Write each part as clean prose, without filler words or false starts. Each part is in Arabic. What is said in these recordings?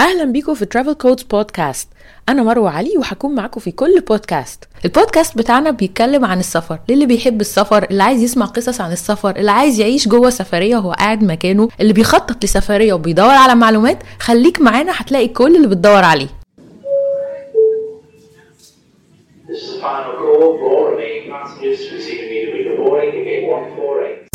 اهلا بيكم في ترافل كودز بودكاست. انا مروه علي وهكون معاكم في كل بودكاست. البودكاست بتاعنا بيتكلم عن السفر، للي بيحب السفر، اللي عايز يسمع قصص عن السفر، اللي عايز يعيش جوه سفريه وهو قاعد مكانه، اللي بيخطط لسفريه وبيدور على معلومات. خليك معانا هتلاقي كل اللي بتدور عليه. This is the final call for remaining passengers to receive immediately the boarding ticket 148.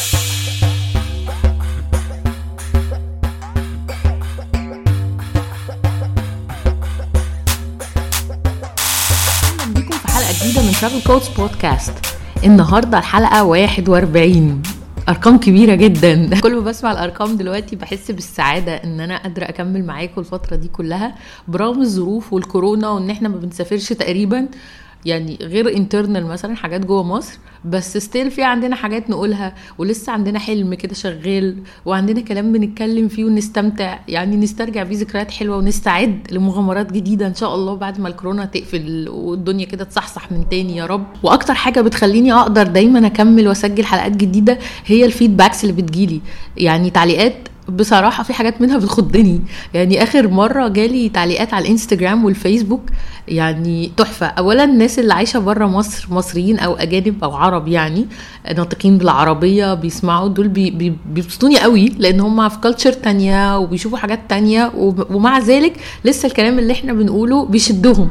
اهلا بيكم في حلقه جديده من ترافل كودز بودكاست. النهارده الحلقه 41. ارقام كبيره جدا. كل ما بسمع الارقام دلوقتي بحس بالسعاده ان انا قادره اكمل معاكم الفتره دي كلها برغم الظروف والكورونا وان احنا ما بنسافرش تقريبا، يعني غير انترنال مثلا حاجات جوه مصر، بس ستيل في عندنا حاجات نقولها ولسه عندنا حلم كده شغال وعندنا كلام بنتكلم فيه ونستمتع، يعني نسترجع بيه ذكريات حلوه ونستعد لمغامرات جديده ان شاء الله بعد ما الكورونا تقفل والدنيا كده تصحصح من تاني يا رب. واكتر حاجه بتخليني اقدر دايما اكمل واسجل حلقات جديده هي الفيدباكس اللي بتجيلي، يعني تعليقات بصراحة في حاجات منها بتخضني. يعني آخر مرة جالي تعليقات على الانستجرام والفيسبوك يعني تحفة. أولا الناس اللي عايشة برا مصر، مصريين أو أجانب أو عرب، يعني ناطقين بالعربية بيسمعوا دول بيبسطوني قوي لأن هم في كالتشر تانية وبيشوفوا حاجات تانية، ومع ذلك لسه الكلام اللي احنا بنقوله بيشدهم.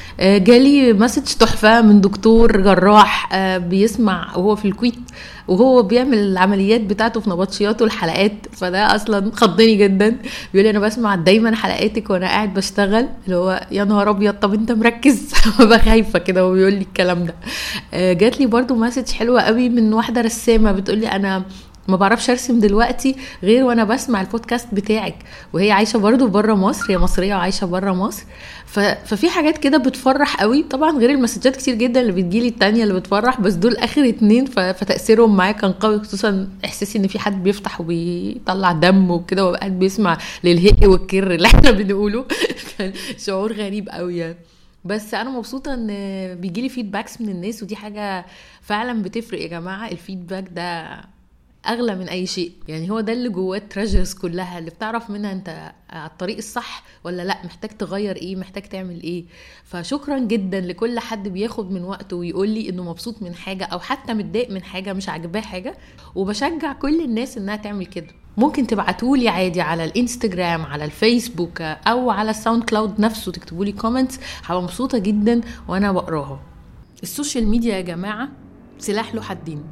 جالي مسج تحفة من دكتور جراح بيسمع وهو في الكويت وهو بيعمل العمليات بتاعته في نبطشياته الحلقات، فده اصلا خضني جدا. بيقول لي انا بسمع دايما حلقاتك وانا قاعد بشتغل، اللي هو يا نهار ابيض طب انت مركز. ببقى خايفه كده وبيقول لي الكلام ده. جات لي برضو مسج حلوه قوي من واحده رسامه بتقول لي انا ما بعرفش ارسم دلوقتي غير وانا بسمع البودكاست بتاعك، وهي عايشه برضو بره مصر، هي مصريه وعايشه بره مصر. ففي حاجات كده بتفرح قوي طبعا، غير المسجات كتير جدا اللي بتجيلي التانية اللي بتفرح، بس دول اخر 2 فتأثيرهم معايا كان قوي، خصوصا احساسي ان في حد بيفتح وبيطلع دم وكده وقاعد بيسمع للهق والكر اللي احنا بنقوله. كان شعور غريب قوي يعني. بس انا مبسوطه ان بيجيلي فيدباكس من الناس، ودي حاجه فعلا بتفرق يا جماعه. الفيدباك ده اغلى من اي شيء، يعني هو ده اللي جواه التراجرز كلها، اللي بتعرف منها انت على الطريق الصح ولا لا، محتاج تغير ايه، محتاج تعمل ايه. فشكرا جدا لكل حد بياخد من وقته ويقول لي انه مبسوط من حاجه او حتى متضايق من حاجه مش عاجباه حاجه، وبشجع كل الناس انها تعمل كده. ممكن تبعتولي عادي على الانستجرام، على الفيسبوك، او على الساوند كلاود نفسه، تكتبولي كومنتس، هبقى مبسوطه جدا وانا بقراها. السوشيال ميديا يا جماعه سلاح له حدين،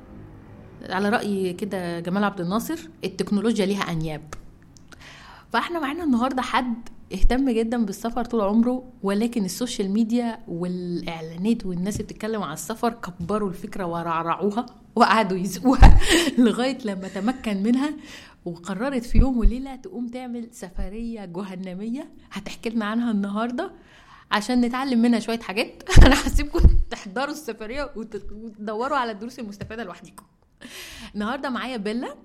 على رأي كده جمال عبد الناصر التكنولوجيا ليها أنياب. فاحنا معانا النهاردة حد اهتم جدا بالسفر طول عمره، ولكن السوشيال ميديا والإعلانات والناس اللي بتتكلم عن السفر كبروا الفكرة ورعرعوها وقعدوا يزقوها لغاية لما تمكن منها وقررت في يوم وليلة تقوم تعمل سفرية جهنمية هتحكي لنا عنها النهاردة عشان نتعلم منها شوية حاجات. أنا هسيبكم تحضروا السفرية وتدوروا على الدروس المستفادة لوحدكم. النهارده معايا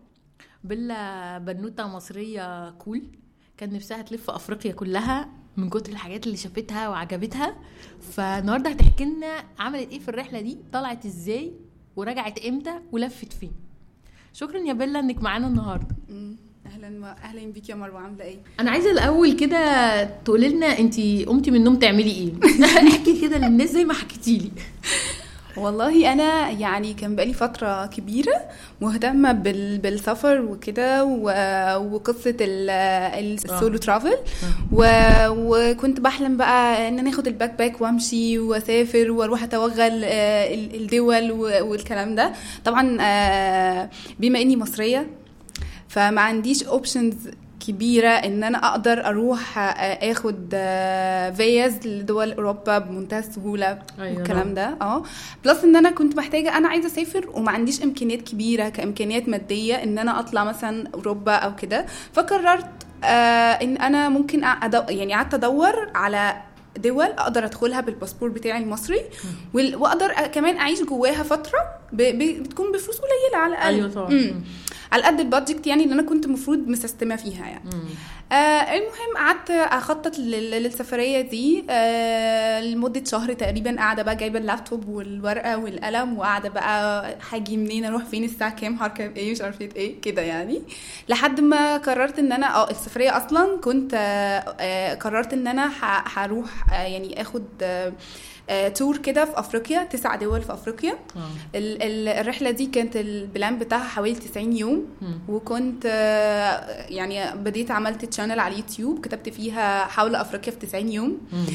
بيلا بنوته مصريه كول، كان نفسها تلف افريقيا كلها من كتر الحاجات اللي شافتها وعجبتها. فالنهارده هتحكي لنا عملت ايه في الرحله دي، طلعت ازاي ورجعت امتى ولفت فين. شكرا يا بيلا انك معانا النهارده. اهلا بيك يا مروه، عامله ايه؟ انا عايزه الاول كده تقولي لنا انتي قمتي من النوم تعملي ايه. احكي كده للناس زي ما حكيتي لي. والله انا يعني كان بقالي فتره كبيره مهتمه بالسفر وكده وقصه السولو ترافل، وكنت بحلم بقى ان انا اخد الباك باك وامشي واسافر واروح اتوغل الدول والكلام ده. طبعا بما اني مصريه فما عنديش اوبشنز كبيرة ان انا اقدر اروح اخد فيز لدول اوروبا بمنتهى السهولة. أيوة. والكلام ده بلس ان انا كنت محتاجة، انا عايزة اسافر وما عنديش امكانيات كبيرة كامكانيات مادية ان انا اطلع مثلا اوروبا او كده. فقررت ان انا ممكن يعني قعدت ادور على دول اقدر ادخلها بالباسبور بتاعي المصري واقدر كمان اعيش جواها فترة بتكون بفلوس قليلة على الاقل. ايوه طبعا. على قد البادجت يعني اللي انا كنت المفروض مسستمه فيها يعني. المهم قعدت اخطط للسفريه دي لمده شهر تقريبا. قاعده بقى جايبه اللابتوب والورقه والقلم، وقاعده بقى هاجي منين، اروح فين، الساعه كام، هركب ايه، مش عارفه ايه كده يعني. لحد ما قررت ان انا السفريه اصلا كنت قررت ان انا هروح يعني اخد تور كده في افريقيا، 9 دول في افريقيا. الرحله دي كانت البلان بتاعها حوالي 90 يوم. وكنت يعني بديت عملت تشانل على اليوتيوب كتبت فيها حول افريقيا في 90 يوم.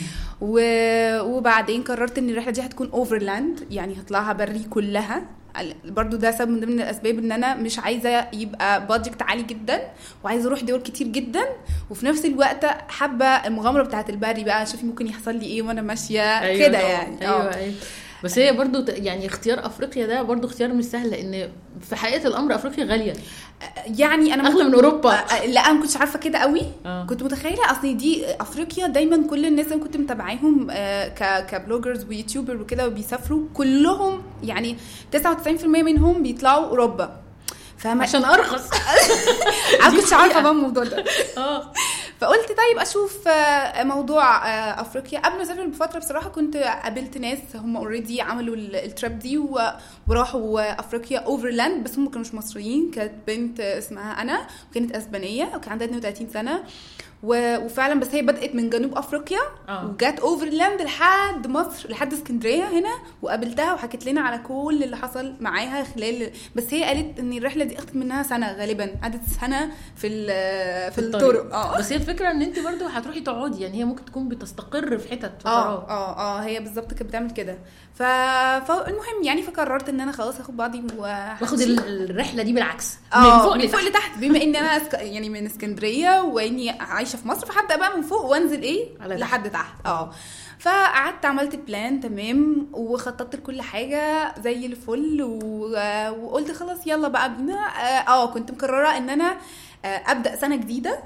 وبعدين قررت ان الرحله دي هتكون اوفرلاند، يعني هطلعها بري كلها. برضو ده سبب من ضمن الاسباب ان انا مش عايزه يبقى بادجت عالي جدا، وعايزه اروح دول كتير جدا، وفي نفس الوقت حابه المغامره بتاعه البري بقى، اشوف ممكن يحصل لي ايه وانا ماشيه. أيوة كده يعني. ايوه بس هي برضو يعني اختيار افريقيا ده برضو اختيار مش سهل، لان في حقيقه الامر افريقيا غاليه يعني. انا اغلى من اوروبا. لا انا ما كنتش عارفه كده قوي. كنت متخيله اصل دي افريقيا دايما كل الناس اللي كنت متابعاهم كبلوجرز ويوتيوبر وكده وبيسافروا كلهم يعني 99% منهم بيطلعوا اوروبا، عشان ارخص. انا كنتش عارفه بقى الموضوع ده. فقلت طيب اشوف موضوع افريقيا. قبل ما اسافر بفتره بصراحه كنت قابلت ناس هم اوريدي عملوا التريب دي وراحوا افريقيا اوفرلاند، بس هم كانوا مش مصريين. كانت بنت اسمها انا وكانت اسبانيه وكان عندها 32 سنه وفعلا بس هي بدأت من جنوب افريقيا وجات اوفرلاند لحد مصر، لحد اسكندريه هنا، وقابلتها وحكت لنا على كل اللي حصل معاها خلال. بس هي قالت ان الرحله دي اخذت منها سنه غالبا، قعدت سنه في الطرق. بس هي الفكره ان انت برضو هتروحي تقعدي، يعني هي ممكن تكون بتستقر في حتت فترات. هي بالظبط كانت بتعمل كده. فالمهم يعني فقررت ان انا خلاص اخد بعضي واخد الرحله دي بالعكس من فوق لتحت، بما ان انا يعني من اسكندريه واني عايشه في مصر، فهبدا بقى من فوق وانزل ايه لحد تحت. فقعدت عملت بلان تمام وخططت لكل حاجه زي الفل وقلت خلاص يلا بقى بينا. كنت مقرره ان انا ابدا سنه جديده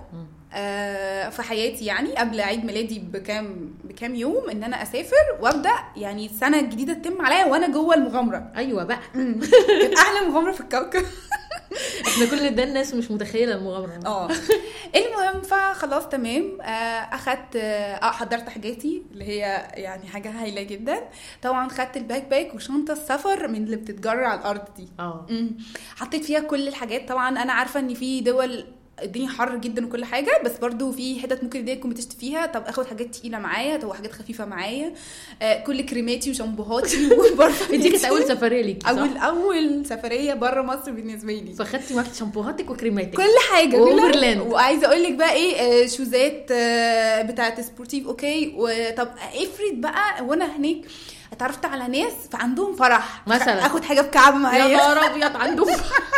في حياتي، يعني قبل عيد ميلادي بكام يوم ان انا اسافر وابدا يعني السنه الجديده تتم عليا وانا جوه المغامره. ايوه بقى كانت احلى مغامره في الكوكب. احنا كل ده الناس مش متخيله المغامره. المهم فخلاص تمام. اخدت حضرت حاجاتي اللي هي يعني حاجه هايله جدا. طبعا خدت الباك باك وشنطه السفر من اللي بتتجرى على الارض دي. حطيت فيها كل الحاجات. طبعا انا عارفه ان في دول الدنيا حر جدا وكل حاجه، بس برضو في حتت ممكن الدنيا تكون بتشتي فيها. طب اخد حاجات تقيله معايا، طب حاجات خفيفه معايا. كل كريماتي وشامبوهاتي وبرفاناتي. دي كانت اول سفريه ليكي صح؟ اول سفريه بره مصر بالنسبه لي. فخدتي معاكي شامبوهاتك وكريماتك كل حاجه اوفرلاند. وعايزه اقول لك بقى ايه، شوزات بتاعه سبورتيف. اوكي وطب افرض بقى وانا هناك اتعرفت على ناس فعندهم فرح مثلا، اخد حاجه بكعب معايا. يا نهار ابيض عندهم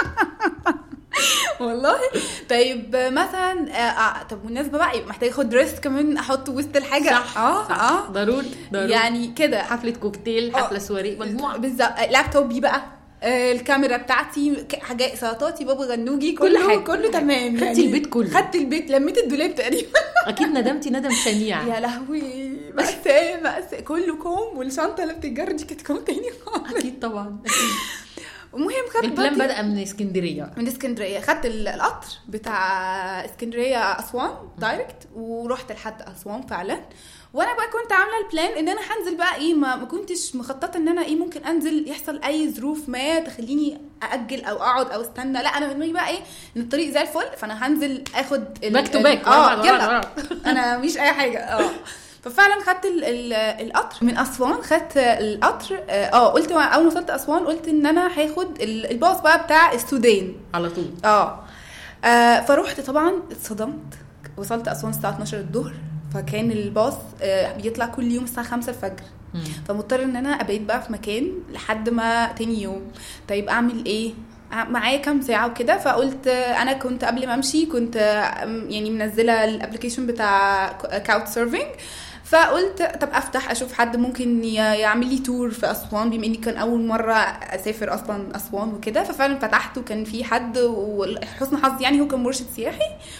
والله. طيب مثلا طب والنسبه بقى يبقى محتاجه اخد دريس كمان احطه وسط الحاجه. صح. ضروري يعني كده حفله كوكتيل، حفله سواري، مجموعه بالظبط. لابتوبي بقى، الكاميرا بتاعتي، حاجات، سلطاتي، بابا غنوجي، كله تمام. خدت يعني البيت كله، خدت البيت، لميت الدولاب تقريبا. اكيد ندمتي ندم شنيع. يا لهوي بس كله كوم، والشنطه اللي بتتجر دي كانت كوم تاني. اكيد طبعا اكيد. المهم خدت البلان بدأ من اسكندريه. خدت القطر بتاع اسكندريه اسوان دايركت ورحت لحد اسوان فعلا. وانا بقى كنت عامله البلان ان انا هنزل بقى ايه، ما كنتش مخططه ان انا ايه ممكن انزل يحصل اي ظروف ما تخليني ااجل او اقعد او استنى. لا انا دماغي بقى ايه ان الطريق زي الفل، فانا هنزل اخد باك تو باك. يلا انا مش اي حاجه. ففعلا خدت القطر من اسوان. خدت القطر قلت اول ما وصلت اسوان قلت ان انا هاخد الباص بقى بتاع السودان على طول. فروحت طبعا اتصدمت. وصلت اسوان الساعه 12 الظهر، فكان الباص بيطلع كل يوم الساعه 5 الفجر. فمضطر ان انا ابيت بقى في مكان لحد ما تاني يوم. طيب اعمل ايه، معايا كام ساعه وكده. فقلت انا كنت قبل ما امشي كنت يعني منزله الابلكيشن بتاع كاوت سيرفينج. فقلت طب افتح اشوف حد ممكن يعمل لي تور في اسوان، بما اني كان اول مره اسافر اصلا اسوان وكده. ففعلا فتحت وكان في حد، وحسن حظ يعني هو كان مرشد سياحي.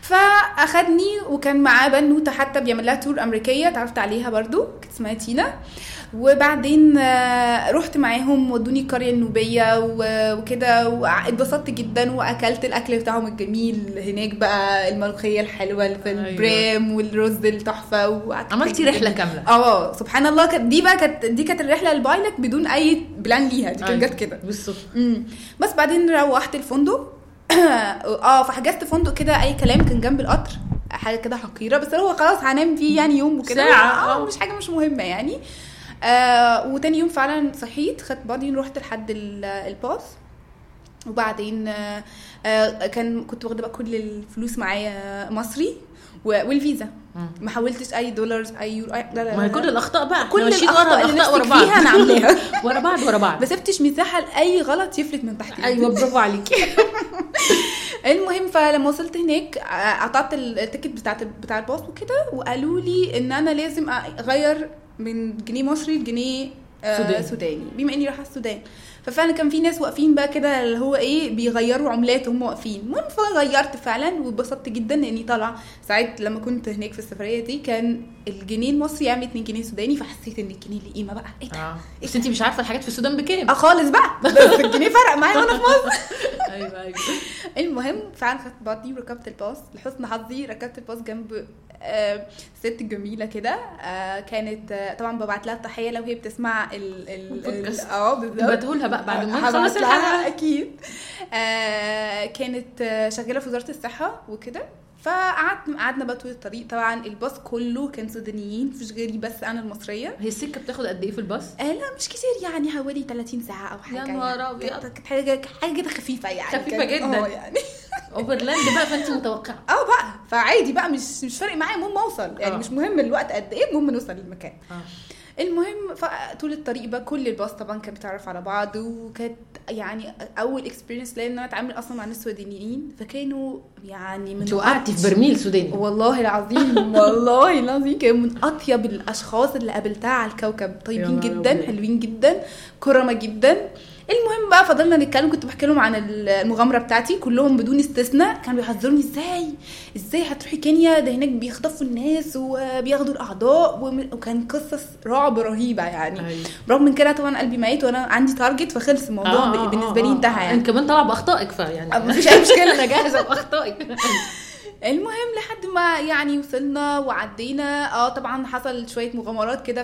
فاخدني وكان معاه بنوته حتى بيعمل لها تور امريكيه اتعرفت عليها برضو كانت اسمها تينا. وبعدين رحت معاهم ودوني القريه النوبيه وكده واتبسطت جدا واكلت الاكل بتاعهم الجميل هناك بقى الملوخيه الحلوه في البرام والرز التحفه عملتي رحله كامله. سبحان الله. دي كانت الرحله البايلك بدون اي بلان ليها دي كانت جت كده بالصدفه. بس بعدين روحت الفندق فحجزت فندق كده اي كلام كان جنب القطر حاجه كده حقيره بس هو خلاص هنام فيه يعني يوم وكده ساعه مش حاجه مش مهمه يعني. وتاني يوم فعلا صحيت خدت بعضي رحت لحد الباص وبعدين كنت واخده بقى كل الفلوس معايا مصري والفيزا ما حولتش اي دولار اي يورو لا ما هي كل الاخطاء بقى كل الاخطاء ورا بعض انا عاملاها ورا بعض ما سبتش مساحه لاي غلط يفلت من تحت. ايوه برافو عليكي. المهم فلما وصلت هناك قطعت التيكت بتاع الباص وكده وقالوا لي ان انا لازم اغير من جنيه مصري لجنيه سوداني بما اني رايحه السودان. ففعلا كان في ناس واقفين بقى كده اللي هو بيغيروا عملات هم واقفين. المهم فغيرت فعلا واتبسطت جدا اني طالعه ساعات لما كنت هناك في السفريه دي كان الجنيه المصري يعمل 2 جنيه سوداني فحسيت ان الجنيه ليه قيمه بقى. ايه ده بس انتي مش عارفه الحاجات في السودان بكام خالص بقى بس الجنيه فرق معايا وانا في مصر. ايوه المهم فعلا خدت بعضي وركبت الباص. لحسن حظي ركبت الباص جنب ست جميله كده كانت طبعا ببعت لها التحيه لو هي بتسمع البودكاست بالظبط لها بقى بعد ما نخلص الحلقه اكيد. كانت شغاله في وزاره الصحه وكده. فقعدنا بقى طول الطريق. طبعا الباص كله كان سودانيين مفيش غيري بس انا المصريه. هي السكه بتاخد قد ايه في الباص؟ لا مش كتير يعني حوالي 30 ساعه او حاجه. يا نهار ابيض. حاجه كده خفيفه يعني خفيفه جدا يعني اوفرلاند بقى فانت متوقعه بقى فعادي بقى مش فارق معايا المهم اوصل يعني مش مهم الوقت قد ايه المهم نوصل للمكان. المهم طول الطريق بقى كل الباص طبعا كان بيتعرف على بعض وكانت يعني اول اكسبيرينس ليا ان انا اتعامل اصلا مع ناس سودانيين فكانوا يعني من وقعتي في برميل سوداني والله العظيم والله العظيم كانوا من اطيب الاشخاص اللي قابلتها على الكوكب. طيبين جدا حلوين جدا كرمه جدا. المهم بقى فضلنا نتكلم كنت بحكي لهم عن المغامره بتاعتي كلهم بدون استثناء كانوا بيحذروني ازاي هتروحي كينيا ده هناك بيخطفوا الناس وبياخدوا الاعضاء وكان قصص رعب رهيبه يعني. برغم من كده طبعا قلبي ميت وانا عندي تارجت فخلص الموضوع بالنسبه لي انتهى يعني. انت كمان طالعه باخطائك فيعني مفيش اي مشكله انا جاهزه باخطائك. المهم لحد ما يعني وصلنا وعدينا. طبعا حصل شويه مغامرات كده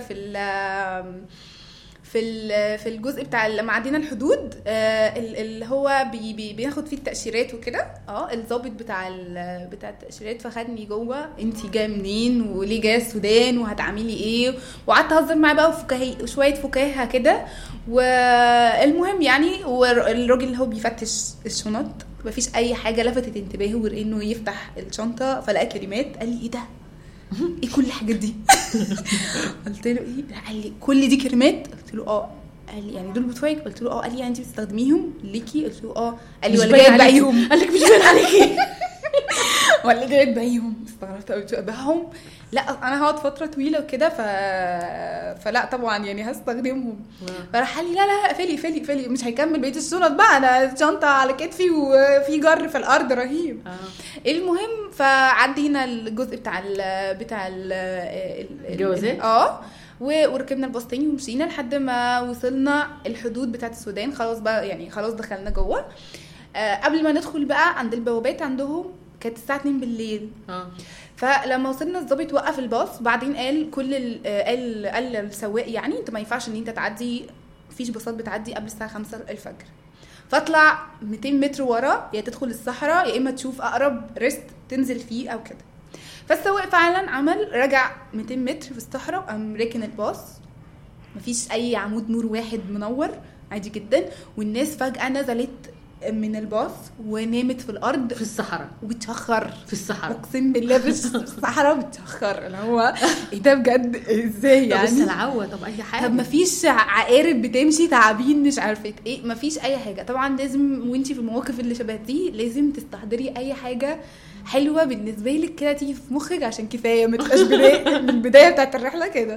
في الجزء بتاع لما عدينا الحدود اللي هو بياخد فيه التأشيرات وكده. الضابط بتاع التأشيرات فخدني جوه انتي جايه منين وليه جايه السودان وهتعملي ايه وقعدت اهزر معاه بقى وشويه فكاهه كده. والمهم يعني والراجل اللي هو بيفتش الشنط مفيش اي حاجه لفتت انتباهه غير انه يفتح الشنطه فلقى كلمات. قال لي ايه ده ايه كل الحاجات دي؟ قلت له ايه؟ قال لي كل دي كلمات. قلت له قال لي يعني دول بتوعك؟ قلت له قال لي يعني انت بتستخدميهم ليكي؟ قلت له قال لي ولا جايه تبيعيهم؟ قال لك مش باين عليكي ولا جايه تبيعيهم؟ استغربت قوي ابيعهم لا انا هقعد فتره طويله وكده فلا طبعا يعني هستخدمهم. فراح قال لي لا فلي مش هيكمل بقيه الشنط بقى انا شنطه على كتفي وفي جر في الارض رهيب. المهم فعدينا الجزء بتاع الجوازات وركبنا الباص تاني ومشينا لحد ما وصلنا الحدود بتاعه السودان. خلاص بقى يعني خلاص دخلنا جوه. قبل ما ندخل بقى عند البوابات عندهم كانت الساعه 2 بالليل. فلما وصلنا الضابط وقف الباص بعدين قال قال للسواق يعني انت ما ينفعش ان انت تعدي فيش باصات بتعدي قبل الساعه 5 الفجر. فاطلع 200 متر ورا يا تدخل الصحراء يا اما تشوف اقرب ريست تنزل فيه او كده. فالسواق فعلا عمل رجع 200 متر في الصحراء وقام راكن الباص. مفيش اي عمود نور واحد منور عادي جدا والناس فجأة نزلت من الباص ونامت في الارض في الصحراء وبتشخر في الصحراء. اقسم بالله في الصحراء بتشخر اللي هو ايه ده بجد ازاي يعني؟ بس العوه طب اي حاجه. طب مفيش عقارب بتمشي تعابين مش عارفه ايه مفيش اي حاجه. طبعا لازم وانتي في المواقف اللي شبه دي لازم تستحضري اي حاجه حلوه بالنسبه لك كده تيجي في مخك عشان كفايه ما تبقاش من البدايه بتاعه الرحله كده.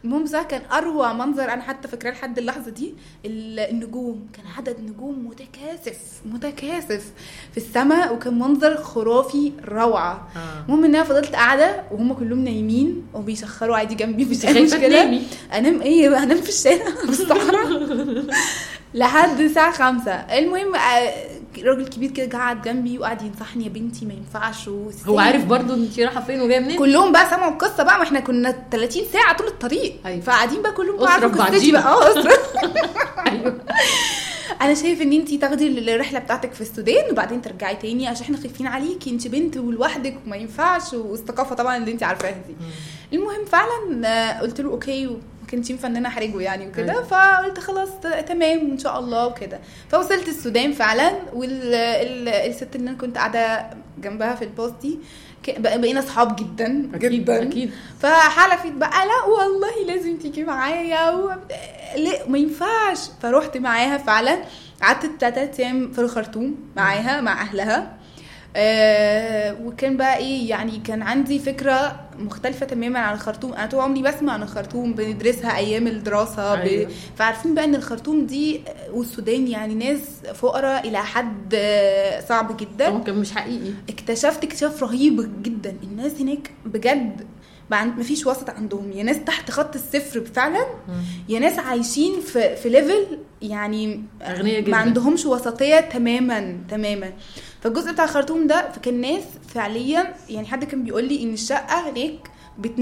المهم ده كان اروع منظر انا حتى فاكراه لحد اللحظه دي. النجوم كان عدد نجوم متكاثف في السماء وكان منظر خرافي روعه. المهم ان انا فضلت قاعده وهم كلهم نايمين وبيسخروا عادي جنبي مش اي مشكله. انام ايه بقى؟ انام في الشارع في الصحراء لحد الساعه 5. المهم راجل كبير كده قاعد جنبي وقعد ينصحني يا بنتي ما ينفعش. هو عارف برضو انت رايحه فين وجايه منين. كلهم بقى سمعوا القصه بقى، ما احنا كنا 30 ساعه طول الطريق. أيوة. فقاعدين بقى كلهم عارفين قصتي بقى. اسره ايوه. انا شايف ان انتي تاخدي الرحله بتاعتك في السودان وبعدين ترجعي تاني عشان احنا خايفين عليكي، انتي بنت ولوحدك وما ينفعش، والثقافه طبعا اللي انتي عارفاها دي. المهم فعلا قلت له اوكي، كنت ينفع ان انا احرجه يعني وكده. فقلت خلاص تمام ان شاء الله وكده. فوصلت السودان فعلا، والست اللي انا كنت قاعده جنبها في البوست دي بقينا اصحاب جدا جدا اكيد. فحلفت بقى لا والله لازم تيجي معايا لا ما ينفعش. فروحت معاها فعلا، قعدت 3 ايام في الخرطوم معاها مع اهلها. وكان بقى ايه يعني، كان عندي فكره مختلفه تماما عن الخرطوم. انا طول عمري بسمع عن الخرطوم، بندرسها ايام الدراسه. أيوة. فعارفين بقى ان الخرطوم دي والسودان يعني ناس فقراء الى حد صعب جدا، ممكن مش حقيقي. اكتشفت اكتشاف رهيب جدا. الناس هناك بجد ما فيش وسط عندهم، يا ناس تحت خط الصفر فعلا، يا ناس عايشين في ليفل يعني أغنية جدا. ما عندهمش وسطيه تماما. فالجزء بتاع الخرطوم ده فكان ناس فعليا يعني، حد كان بيقول لي ان الشقه هناك ب2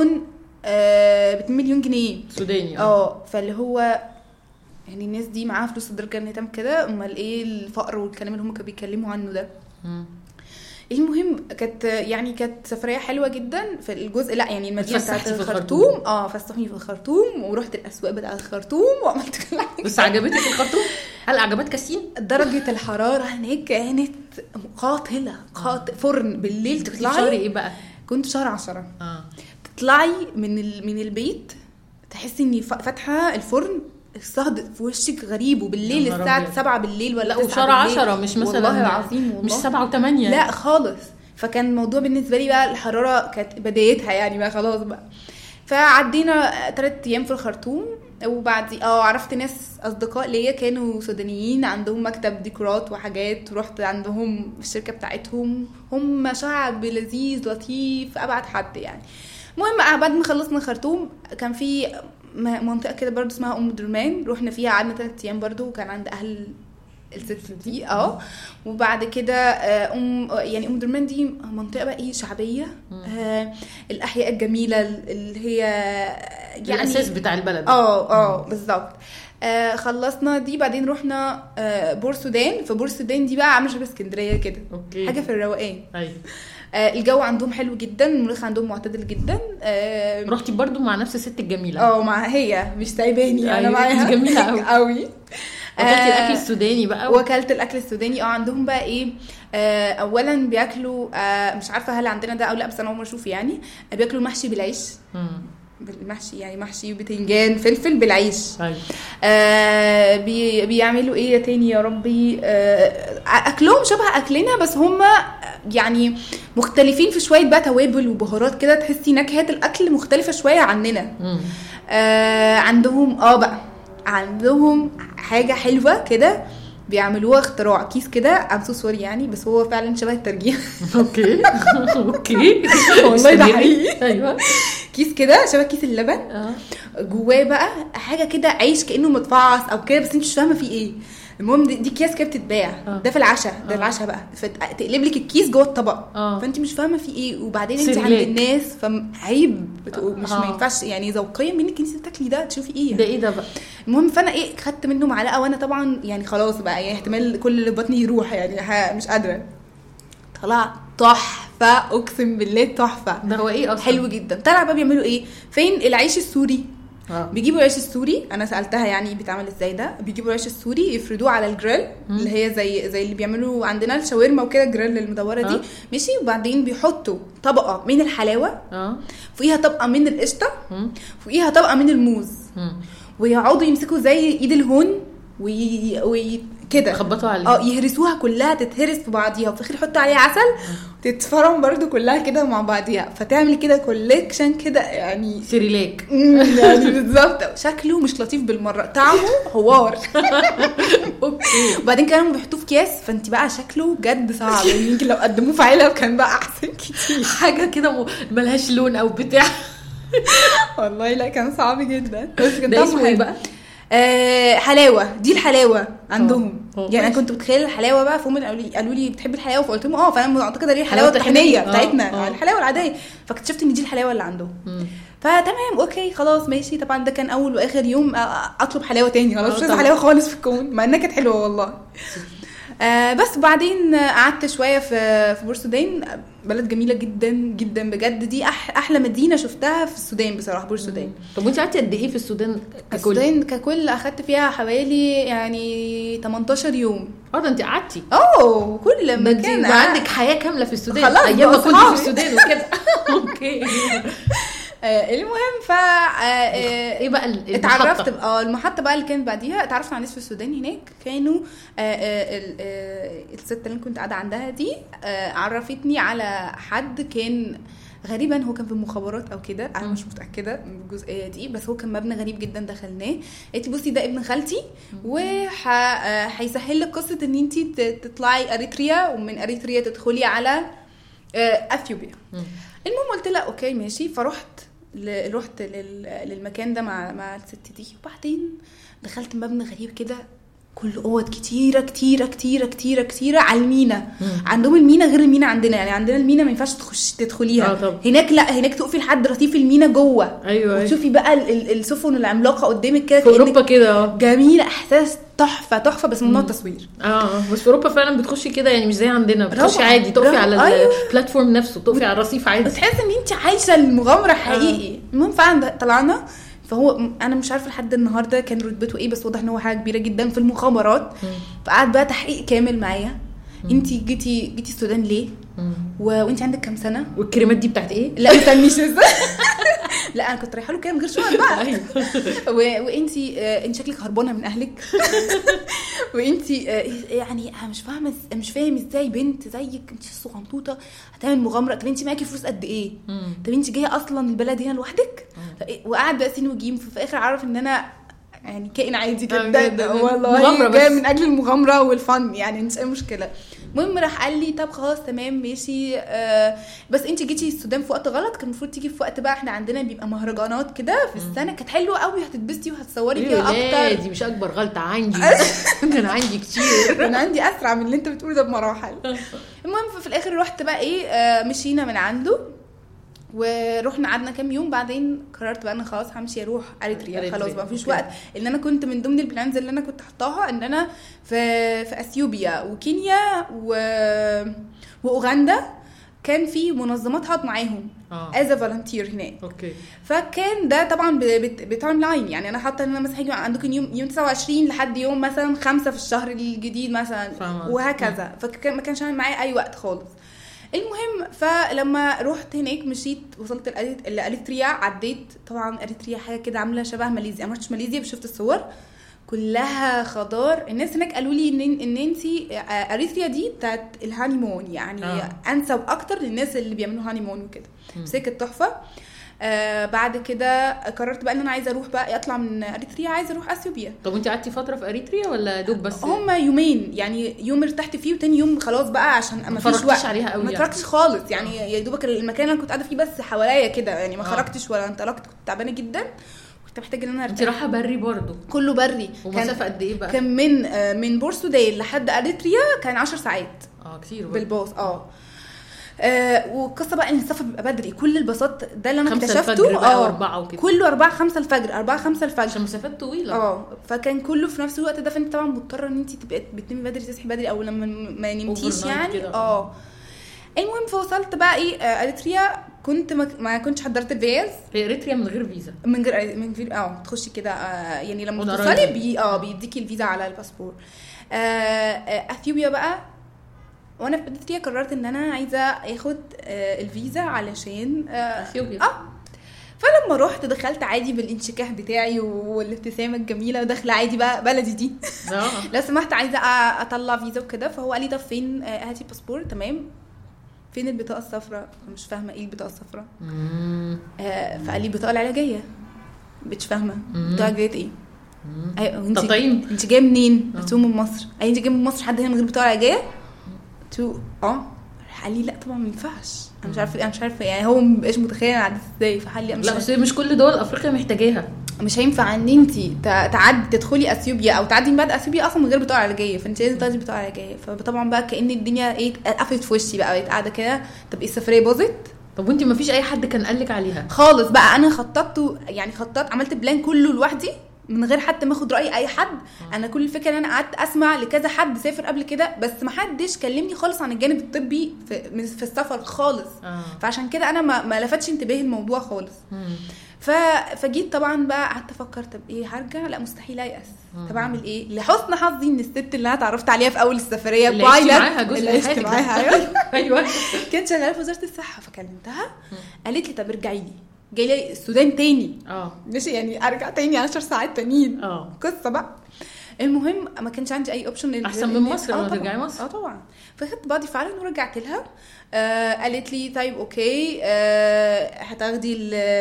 مليون جنيه سوداني. فاللي هو يعني الناس دي معاها فلوس الدرجه ان تم كده، امال ايه الفقر والكلام اللي هم كانوا بيتكلموا عنه ده. المهم كانت سفريه حلوه جدا في الجزء لا يعني المدينه بتاعت الخرطوم. فسحوني في الخرطوم ورحت الاسواق بتاعت الخرطوم وعملت كل حاجه. بس عجبتك الخرطوم؟ هل عجبتك كاسين؟ درجه الحراره هناك كانت قاتله. فرن بالليل تطلعي. شهر ايه بقى؟ كنت شهر 10. تطلعي من البيت تحسي اني فاتحه الفرن، الصهد في وشك غريب. وبالليل الساعه 7 بالليل ولا 9 وشهر 10 مش مثلا والله العظيم مش 7 و8 لا خالص. فكان الموضوع بالنسبه لي بقى الحراره كانت بدايتها يعني بقى خلاص بقى. فعدينا 3 ايام في الخرطوم، وبعد عرفت ناس اصدقاء ليا كانوا سودانيين عندهم مكتب ديكورات وحاجات، ورحت عندهم في الشركه بتاعتهم. هم شعب لذيذ لطيف ابعد حد يعني. المهم بعد ما خلصنا الخرطوم كان في منطقه كده برضو اسمها ام درمان، رحنا فيها قعدنا 3 ايام برضو، وكان عند اهل الست دي. وبعد كده ام درمان دي منطقه بقى ايه شعبيه. الاحياء الجميله اللي هي يعني الاساس بتاع البلد. بالظبط. خلصنا دي، بعدين رحنا بورسودان. فبورسودان دي بقى عامله شبه اسكندريه كده، حاجه في الروقان. ايوه. الجو عندهم حلو جدا، المناخ عندهم معتدل جدا. رحتي برضو مع نفس الست الجميله؟ مع هي مش سايباني. انا معاها جميله قوي. وكلت الاكل السوداني بقى؟ وكلت الاكل السوداني. عندهم بقى ايه، اولا بياكلوا مش عارفه هل عندنا ده او لا، بس انا اول مره اشوف يعني. بياكلوا محشي بالعيش. بالمحشي يعني محشي بتنجان فلفل بالعيش. بيعملوا ايه تاني يا ربي، اكلهم شبه اكلنا، بس هم يعني مختلفين في شويه بقى توابل وبهارات كده، تحسي نكهات الاكل مختلفه شويه عننا. عندهم بقى عندهم حاجه حلوه كده بيعملوها اختراع، كيس كده امسو سوري يعني، بس هو فعلا شبه الترجيح. اوكي والله ده حقيقي. ايوه. كيس كده شبه كيس اللبن. جواه بقى حاجه كده عيش كانه متفعص او كده، بس انت مش فاهمه فيه ايه. المهم دي كيس كده بتتباع. ده في العشاء، ده العشاء بقى، فتقلب لك الكيس جوه الطبق. فانت مش فاهمه فيه ايه، وبعدين انت عند الناس فعيب مش ما ينفعش يعني ذوقيا منك انت تاكلي ده، تشوفي ايه ده ايه ده بقى. المهم فانا خدت منه معلقه، وانا طبعا يعني خلاص بقى يعني احتمال كل اللي بطني يروح يعني مش قادره. طلع تحفه، اقسم بالله تحفه. ده هو ايه اصلا؟ حلو جدا. طلع بقى بيعملوا ايه، فين العيش السوري. بيجيبوا العيش السوري، انا سالتها يعني بيتعمل ازاي ده. بيجيبوا العيش السوري يفردوه على الجريل، اللي هي زي اللي بيعملوا عندنا الشاورما وكده، الجريل المدوره دي. ماشي. وبعدين بيحطوا طبقه من الحلاوه، فوقيها طبقه من القشطه، فوقيها طبقه من الموز، ويقعدوا يمسكوا زي ايد الهون وكده خبطوا عليها يهرسوها كلها تتهرس في بعضيها وفي الاخر يحطوا عليها عسل تتفرم برضو كلها كده مع بعضيها فتعمل كده كوليكشن كده يعني سيريلاك يعني بالظبط شكله مش لطيف بالمره طعمه حوار اوكي وبعدين كانوا بيحطوه في اكياس فانت بقى شكله بجد صعب يعني يمكن لو قدموه في علب كان بقى احسن كتير حاجه كده ملهاش لون او بتاع والله لا كان صعب جدا بس كان طعمه ايه بقى حلاوه دي الحلاوه عندهم يعني انا كنت متخيله الحلاوه بقى فهم قالوا لي بتحب الحلاوه فقلت لهم فانا معتقده دي الحلاوه الطحينيه بتاعتنا الحلاوه العاديه فاكتشفت ان دي الحلاوه اللي عندهم فتمام اوكي خلاص ماشي طبعا ده كان اول واخر يوم اطلب حلاوه تاني خلاص مش عايزه حلاوه خالص في الكون مع انها كانت حلوه والله بس بعدين قعدت شويه في بورسودان بلد جميله جدا جدا بجد دي احلى مدينه شفتها في السودان بصراحه بورسودان. طب وانت قعدتي قد ايه في السودان السودان ككل اخدت فيها حوالي يعني 18 يوم. ده انت قعدتي كل مكان عندك حياه كامله في السودان ايام ما كنت في السودان وكده اوكي المهم ايه بقى اتعرفت المحطه بقى اللي كانت بعديها اتعرفت على ناس في السودان هناك كانوا الست اللي كنت قاعده عندها دي عرفتني على حد كان غريبا هو كان في المخابرات او كده انا مش متاكده من الجزئيه دي بس هو كان مبنى غريب جدا دخلناه قالت لي بصي ده ابن خالتي وهيسهل لك قصه ان انت تطلعي اريتريا ومن اريتريا تدخلي على اثيوبيا. المهم قلت لها اوكي ماشي فرحت للمكان ده مع الست دي وبعدين دخلت مبنى غريب كده كل اوض كتيره كتيره كتيره كتيره كتيره على المينا. عندهم المينا غير المينا عندنا يعني عندنا المينا ما ينفعش تدخليها هناك لا هناك تقفي لحد رصيف المينا جوه وتشوفي بقى السفن العملاقه قدامك كده في اوروبا كده جميله احساس تحفه بس ممنوع تصوير بس في اوروبا فعلا بتخشي كده يعني مش زي عندنا بتخشي عادي تقفي على البلاتفورم نفسه تقفي على الرصيف عادي بتحس ان انت عايشه المغامره حقيقي. المهم فعلا طلعنا فهو انا مش عارفه لحد النهارده كان رتبته ايه بس واضح ان هو حاجه كبيره جدا في المخابرات. فقعد بقى تحقيق كامل معايا انت جيتي السودان ليه وانت عندك كام سنه والكريمات دي بتاعت ايه لا ما تسميش لا انا كنت رايحه له كده من غير شغل بقى وانت شكلك هربانه من اهلك وانت يعني مش فاهم ازاي بنت زيك انت صغنطوطه هتعمل مغامره. طب انت معاكي فلوس قد ايه طب انت جايه اصلا البلد هنا لوحدك وقعد بقى سين وجيم في الاخر عرف ان انا يعني كائن عادي جدا والله جايه من اجل المغامره والفن يعني مش اي مشكله. المهم راح قال لي طب خلاص تمام ماشي بس انت جيتي السودان في وقت غلط كان المفروض تيجي في وقت بقى احنا عندنا بيبقى مهرجانات كده في السنه كانت حلوه قوي هتتبسطي وهتصوري فيها اكتر. دي مش اكبر غلطه عندي انا عندي كتير انا عندي اسرع من اللي انت بتقوله ده بمراحل. المهم في الاخر رحت بقى مشينا من عنده ورحنا قعدنا كام يوم بعدين قررت بقى انا خلاص همشي اروح اريتريا خلاص بقى مفيش وقت ان انا كنت من ضمن البلانز اللي انا كنت حطاها ان انا في اثيوبيا وكينيا واوغندا كان في منظمات هات معاهم از فولنتير هناك فكان ده طبعا بتايم لاين يعني انا حاطه ان انا مثلا هاجي عندكم يوم 29 لحد يوم مثلا 5 في الشهر الجديد مثلا وهكذا فما كانش معايا اي وقت خالص. المهم فلما رحت هناك مشيت وصلت لأريتريا عديت طبعا أريتريا حاجه كده عامله شبه ماليزيا. ما رحتش ماليزيا بس شفت الصور كلها خضار. الناس هناك قالوا لي ان انتي أريتريا دي بتاعت الهانيمون يعني انسب اكتر للناس اللي بيعملوا هانيمون وكده بس هي كانت تحفه. بعد كده قررت بقى ان انا عايزه اروح بقى اطلع من اريتريا عايزه اروح اثيوبيا. طب وانت قعدتي فتره في اريتريا ولا دوب بس؟ هما يومين يعني يوم ارتحت فيه وتاني يوم خلاص بقى عشان ما فيش وقت ما اتفرجتش خالص يعني يا دوبك المكان اللي انا كنت قاعده فيه بس حواليا كده يعني ما خرجتش ولا انطلقت كنت تعبانه جدا كنت محتاجه ان انا ارتاح. انت رايحه بري برضو؟ كله بري. ومسافه قد ايه بقى؟ كان من بورسودان لحد اريتريا كان 10 ساعات كتير بالباص والقصه بقى ان السفر بيبقى بدري كل الباصات ده اللي انا اكتشفته 4 وكده كله 4-5 الفجر 4-5 الفجر عشان مسافات طويله فكان كله في نفس الوقت ده فانت طبعا مضطره ان انت تبقى بتنامي بدري تصحي بدري او لما ما نمتيش يعني المهم فوصلت بقى اريتريا كنت ما كنتش حضرت الفيز. هي اريتريا من غير فيزا من غير تخشي كده يعني لما توصلي بيديكي الفيزا على الباسبور. اثيوبيا بقى وانا في اريتريا قررت ان انا عايزه اخد الفيزا علشان اثيوبيا فلما رحت دخلت عادي بالانشكاح بتاعي والابتسامه الجميله، وداخله عادي بقى بلدي دي لو سمحت عايزه اطلع فيزا وكده. فهو قال لي طب فين هاتي باسبور. تمام، فين البطاقه الصفراء؟ مش فاهمه ايه البطاقه الصفراء. فقال لي البطاقه العلاجيه. مش فاهمه البطاقه العلاجيه ايه؟ ايوه انت جايه منين؟ قلت له من مصر. قال لي انت جايه من مصر، حد هنا من غير بطاقه علاجيه؟ قلت له قال لي لا طبعا ما ينفعش. انا مش عارفه يعني هو مبقاش متخيل انا عديت ازاي. فقال لي لا بس مش كل دول افريقيا محتاجاها. مش هينفع ان انت تعدي تدخلي اثيوبيا او تعدي من بعد اثيوبيا اصلا من غير بطاقه علاجيه، فانت لازم تاخدي بطاقه علاجيه. فطبعا بقى كأن الدنيا ايه قفلت في وشي بقى، بقيت قاعده كده. طب ايه السفريه باظت؟ طب وانت ما فيش اي حد كان قال لك عليها خالص بقى؟ انا خططت يعني عملت بلان كله لوحدي من غير حتى ما اخد راي اي حد. انا كل الفكره ان انا قعدت اسمع لكذا حد سافر قبل كده، بس ما حدش كلمني خالص عن الجانب الطبي في السفر خالص. فعشان كده انا ما لفتش انتباهي الموضوع خالص. فجيت طبعا بقى قعدت افكر طب ايه، هرجع؟ لا مستحيل ايأس. طب اعمل ايه؟ لحسن حظي ان الست اللي انا اتعرفت عليها في اول السفريه بايلوت اللي عشت معاها ايوه كانت شغاله في وزاره الصحه. فكلمتها قالت لي طب ارجعي لي، جاي لي السودان تاني. ماشي يعني ارجع تاني 10 ساعات تانيين. قصه بقى. المهم ما كانش عندي اي اوبشن احسن من مصر لما ترجعي مصر. طبعا. فخدت بعضي فعلا ورجعت لها. قالت لي طيب اوكي، هتاخدي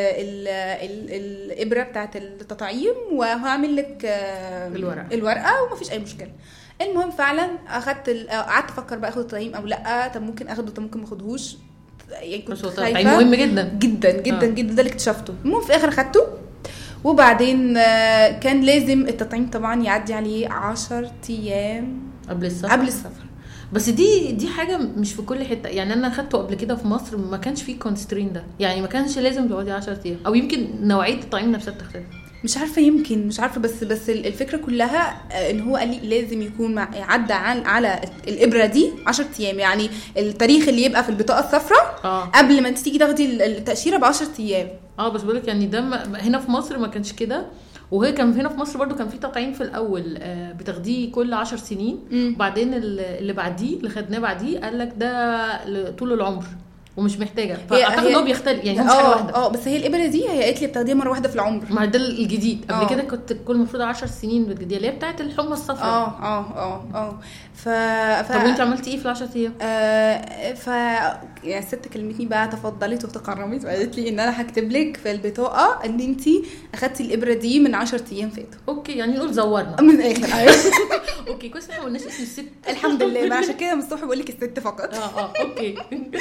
الابره بتاعه التطعيم وهعمل لك الورقه ومفيش اي مشكله. المهم فعلا اخدت قعدت افكر بقى اخد التطعيم او لا. طب ممكن اخده، طب ممكن ما اخدهوش. يعني كنت خايفه. مهم جدا جدا جدا جدا، ده اللي اكتشفته. المهم في الاخر اخدته. وبعدين كان لازم التطعيم طبعا يعدي عليه 10 ايام قبل السفر. بس دي حاجه مش في كل حته. يعني انا اخدته قبل كده في مصر ما كانش فيه كونسترين ده، يعني ما كانش لازم تقعدي 10 ايام، او يمكن نوعيه التطعيم نفسها بتختلف. مش عارفه، يمكن مش عارفه. بس الفكره كلها ان هو قال لي لازم يكون عدى على الابره دي 10 ايام، يعني التاريخ اللي يبقى في البطاقه الصفراء قبل ما انت تيجي تاخدي التاشيره ب 10 ايام. بس بقولك يعني ده هنا في مصر ما كانش كده. وهي كان هنا في مصر برضو كان في تطعيم في الاول بتاخديه كل 10 سنين. وبعدين اللي بعديه اللي خدناه بعديه قال لك ده طول العمر ومش محتاجه. فاعتقد انه بيختلف يعني، مش حاجه واحده. بس هي الابره دي هي قالت لي بتاخديها مره واحده في العمر. ما ده الجديد. قبل كده كنت كل المفروض 10 سنين بتجديها، اللي هي بتاعه الحمى الصفراء. طب وانت عملتي ايه في ال10 ايام؟ يعني الست كلمتني بقى، تفضلت وتكرمت وقالت لي ان انا هكتب لك في البطاقه ان انت اخدتي الابره دي من 10 ايام فاتوا. اوكي، يعني نقول زورنا من الاخر. اوكي كويس احنا ما قلناش اسم الست. الحمد لله، ما عشان كده من الصبح بقول لك الست فقط. اوكي.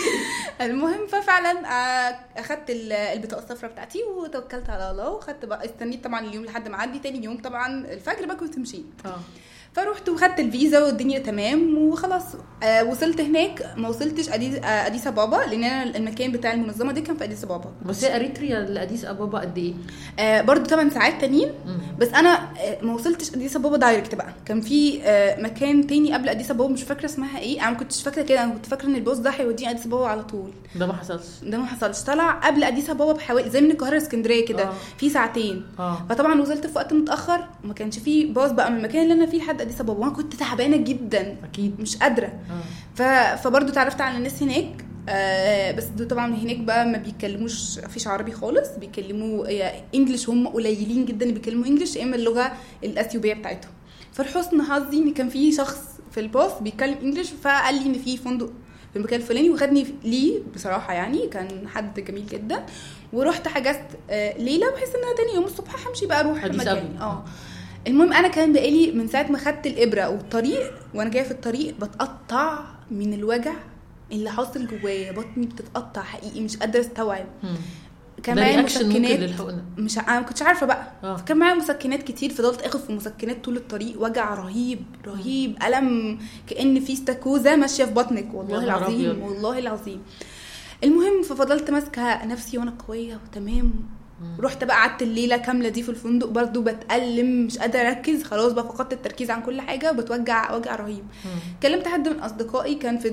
المهم ففعلا اخدت البطاقه الصفراء بتاعتي وتوكلت على الله. وخدت بقى، استنيت طبعا اليوم لحد ما عدي. تاني يوم طبعا الفجر بقى كنت مشيت. فروحت وخدت الفيزا والدنيا تمام وخلاص. وصلت هناك. ما وصلتش اديس ابابا لان انا المكان بتاع المنظمه دي كان في اديس ابابا. بس هي اريتريا لاديس ابابا قد ايه؟ برضو 8 ساعات تانيين. بس انا ما وصلتش اديس ابابا دايركت بقى. كان في مكان تاني قبل اديس ابابا مش فاكره اسمها ايه. انا ما كنتش فاكره كده. انا كنت فاكره ان الباص ده هيوديني اديس ابابا على طول. ده ما حصلش. طلع قبل اديس ابابا بحوالي زي من القاهره اسكندريه كده في ساعتين. فطبعا وصلت في وقت متاخر وما كانش في باص بقى من المكان اللي انا فيه لحد اديس ابابا. وانا كنت تعبانه جدا اكيد مش قادره. فبرضو تعرفت على الناس هناك. بس دول طبعا هناك بقى ما بيتكلموش فيش عربي خالص. بيتكلموا انجليش. هم قليلين جدا اللي بيتكلموا انجليش، اما اللغه الاثيوبيه بتاعتهم. فالحسن حظي ان كان في شخص في الباص بيتكلم انجليش. فقال لي ان في فندق في المكان الفلاني وخدني ليه. بصراحه يعني كان حد جميل جدا. ورحت حجزت ليله بحيث ان انا تاني يوم الصبح همشي بقى اروح مكاني. المهم انا كان بقالي من ساعه ما خدت الابره والطريق وانا جايه في الطريق بتقطع من الوجع اللي حاصل جوايا. بطني بتتقطع حقيقي، مش قادره استوعب. كمان مسكنات مش انا ما كنتش عارفه بقى. كان معايا مسكنات كتير. فضلت اخد في مسكنات طول الطريق. وجع رهيب رهيب، الم كأن في استاكوزا ماشيه في بطنك. والله العظيم والله العظيم. المهم ففضلت ماسكه نفسي وانا قويه وتمام. رحت بقى قعدت الليله كامله دي في الفندق برضو بتألم، مش قادره اركز. خلاص بقى فقدت التركيز عن كل حاجه وبتوجع وجع رهيب. كلمت حد من اصدقائي كان في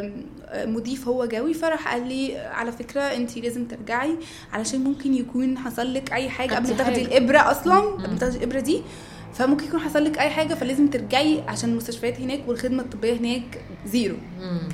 المضيف هو جوي. فرح قال لي على فكره انت لازم ترجعي علشان ممكن يكون حصل لك اي حاجه قبل تاخدي الابره اصلا. قبل تاخدي الابره دي فممكن يكون حصل لك اي حاجه، فلازم ترجعي عشان المستشفيات هناك والخدمه الطبيه هناك زيرو.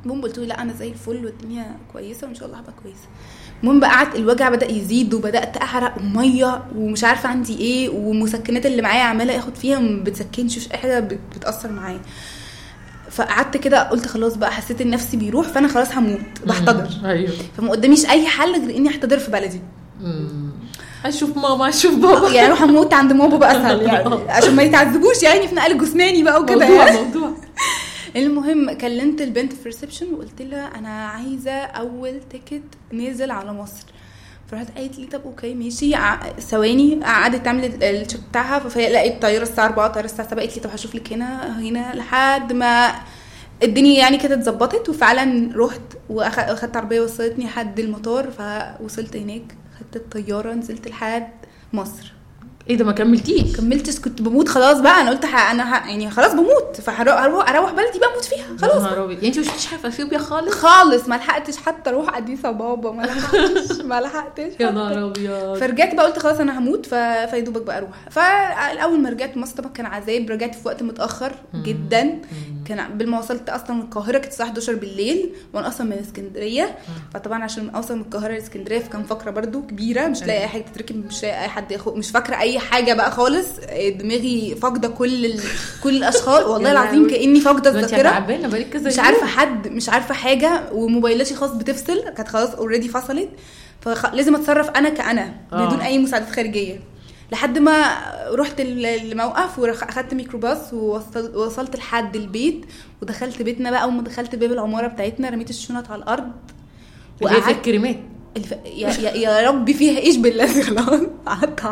المهم قلت له لا انا زي الفل والدنيا كويسه وان شاء الله هبقى كويسه. المهم بقى قعدت الوجع بدا يزيد وبدات اعرق وميه ومش عارفه عندي ايه ومسكنات اللي معايا عماله اخد فيها ما بتسكنش مش اي حاجه بتاثر معايا. فقعدت كده قلت خلاص بقى حسيت ان نفسي بيروح فانا خلاص هموت بحتضر. ايوه فما قداميش اي حل غير اني احتضر في بلدي. اشوف ماما اشوف بابا يعني اروح اموت عند ماما بقى اسهل يعني عشان ما يتعذبوش يعني في نقل جسماني بقى وكده موضوع. المهم كلمت البنت في الريسبشن وقلت لها انا عايزه اول تيكت نازل على مصر. فرحت قالت لي طب اوكي ماشي. ثواني قعدت تعمل التشيك بتاعها فلقيت طياره الساعه 4 طياره الساعه 7. قالت لي طب هشوف لك هنا لحد ما الدنيا يعني كده اتظبطت. وفعلا رحت واخدت عربيه وصلتني لحد المطار. فوصلت هناك خدت الطياره نزلت لحد مصر. ايه ده ما كملتش كنت بموت خلاص بقى. انا قلت يعني خلاص بموت فهروح بلدي بقى اموت فيها خلاص. يعني انت مش فيش حاجه في اثيوبيا خالص ما لحقتش حتى اروح اديس بابا ما لحقتش يا نهار ابيض. فرجعت بقى قلت خلاص انا هموت فيدوبك بقى اروح. فالاول ما رجعت مصر طبعا كان عذاب. رجعت في وقت متاخر جدا. كان بالما وصلت اصلا القاهره كانت الساعه 11 بالليل وانا اصلا من اسكندريه. فطبعا عشان اوصل من القاهره لاسكندريه فكان فقره برضو كبيره مش لاقي اي حاجه تتركب مش لاقي اي حد ياخد مش فاكره اي حاجه بقى خالص. دماغي فاقده كل الاشخاص والله العظيم كاني فاقده الذاكره مش عارفه حاجه. وموبايلاتي خلاص بتفصل كانت خلاص اوريدي فصلت. فلازم اتصرف انا بدون اي مساعدات خارجيه لحد ما رحت الموقف واخدت ميكروباص ووصلت لحد البيت ودخلت بيتنا بقى. وما دخلت باب العماره بتاعتنا رميت الشنط على الارض وقعدت الكريمات يا ربي فيها ايش بالله خلاص. قعدت